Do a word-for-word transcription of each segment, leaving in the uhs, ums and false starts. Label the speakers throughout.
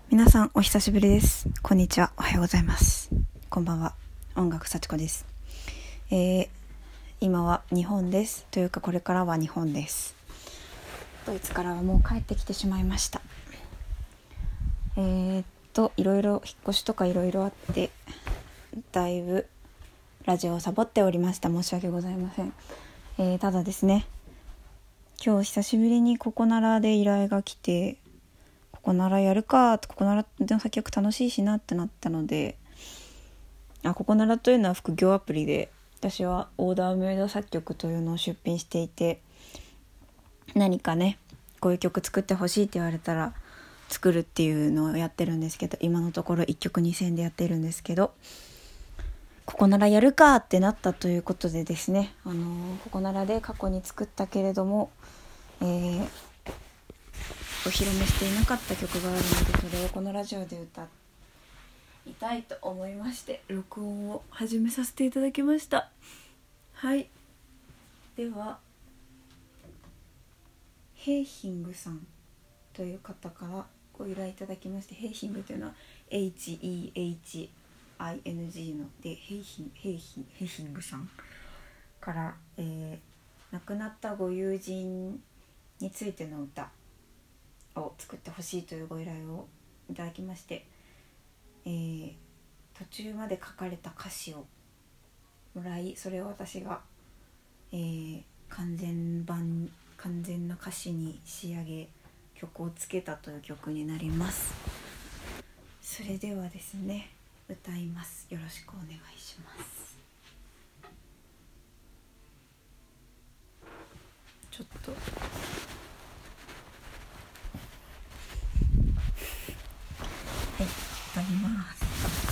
Speaker 1: 皆さんお久しぶりです。こんにちは、おはようございます。こんばんは、音楽幸子です。えー、今は日本ですというかこれからは日本です。ドイツからはもう帰ってきてしまいました。えー、っといろいろ引っ越しとかいろいろあってだいぶラジオをサボっておりました。申し訳ございません。えー、ただですね、今日久しぶりにココナラで依頼が来て、ココナラやるか、ココナラの作曲楽しいしなってなったので、あココナラというのは副業アプリで、私はオーダーメイド作曲というのを出品していて、何かねこういう曲作ってほしいって言われたら作るっていうのをやってるんですけど、今のところいっきょくにせんえんでやってるんですけど、ココナラやるかってなったということでですね、あのー、ココナラで過去に作ったけれども、えーお披露目していなかった曲があるので、それをこのラジオで歌いたいと思いまして録音を始めさせていただきました。はい、ではヘイヒングさんという方からご依頼いただきまして、ヘイヒングというのは エイチイーエイチアイエヌジー のでヘイヒンヘイヒンヘイヒングさんから、えー、亡くなったご友人についての歌を作ってほしいというご依頼をいただきまして、えー、途中まで書かれた歌詞をもらい、それを私が、えー、完全版完全な歌詞に仕上げ曲をつけたという曲になります。それではですね、歌います。よろしくお願いします。ちょっとはい、歌います。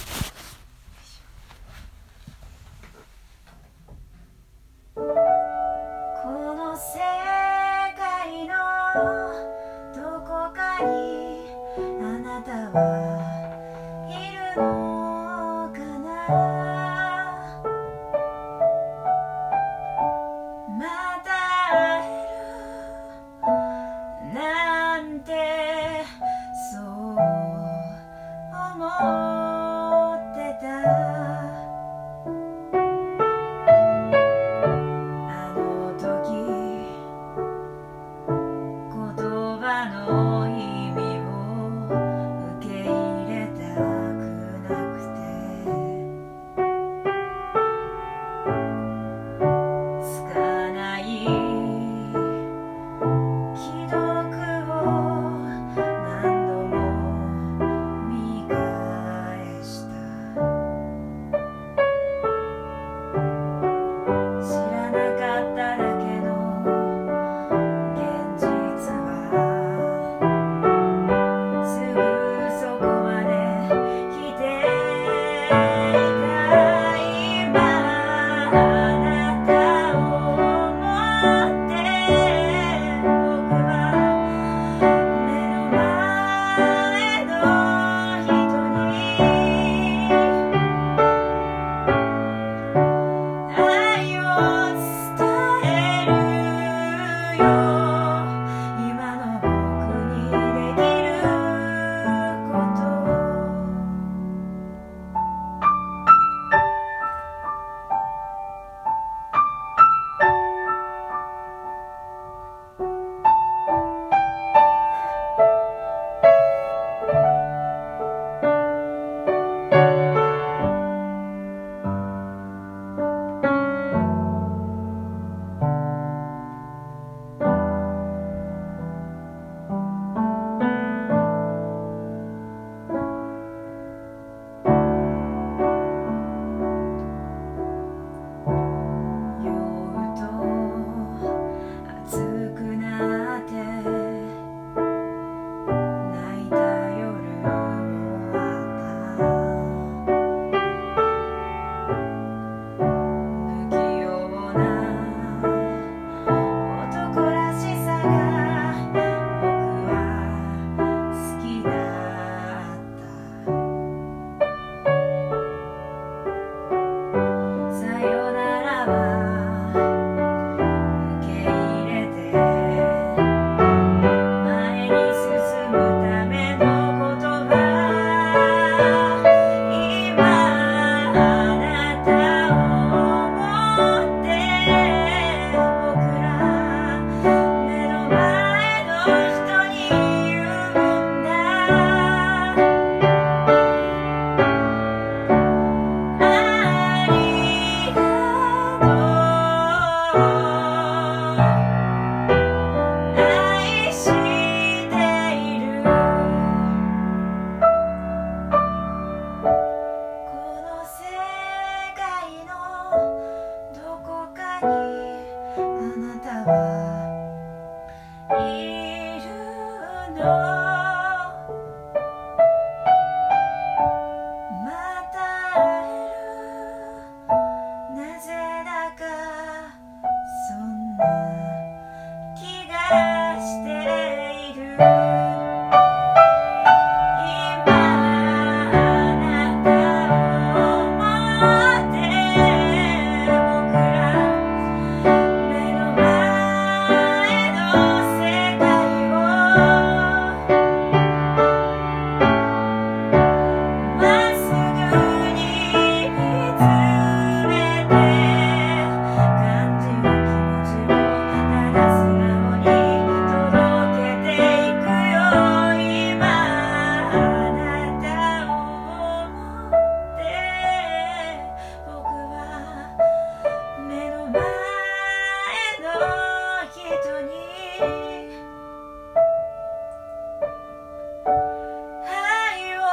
Speaker 1: この世界のどこかにあなたはいるのかな。また会えるなんてそう思ってた。あの時言葉の意味を受け入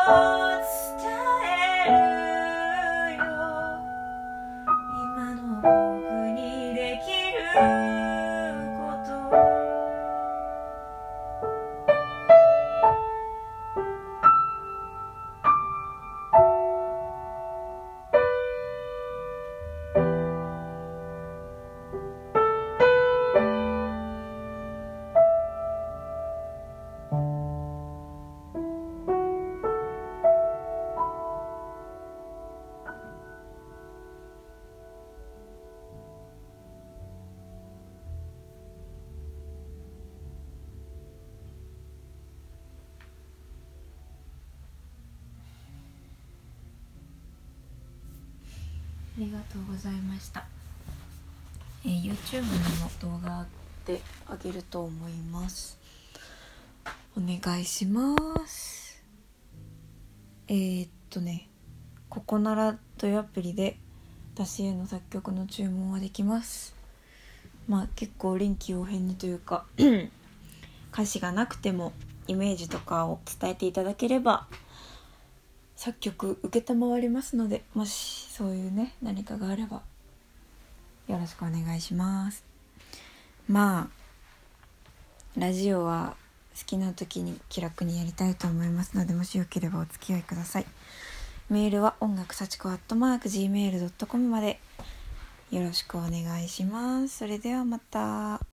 Speaker 1: 伝えるよ、今の僕にできること。ありがとうございました。えー、YouTube にも動画であげると思います。お願いします。えー、っとねここならというアプリで私への作曲の注文はできます。まあ結構臨機応変にというか歌詞がなくてもイメージとかを伝えていただければ作曲受けたまわりますので、もしそういうね何かがあればよろしくお願いします。まあラジオは好きな時に気楽にやりたいと思いますので、もしよければお付き合いください。メールは音楽幸子アットマーク ジーメールドットコム までよろしくお願いします。それではまた。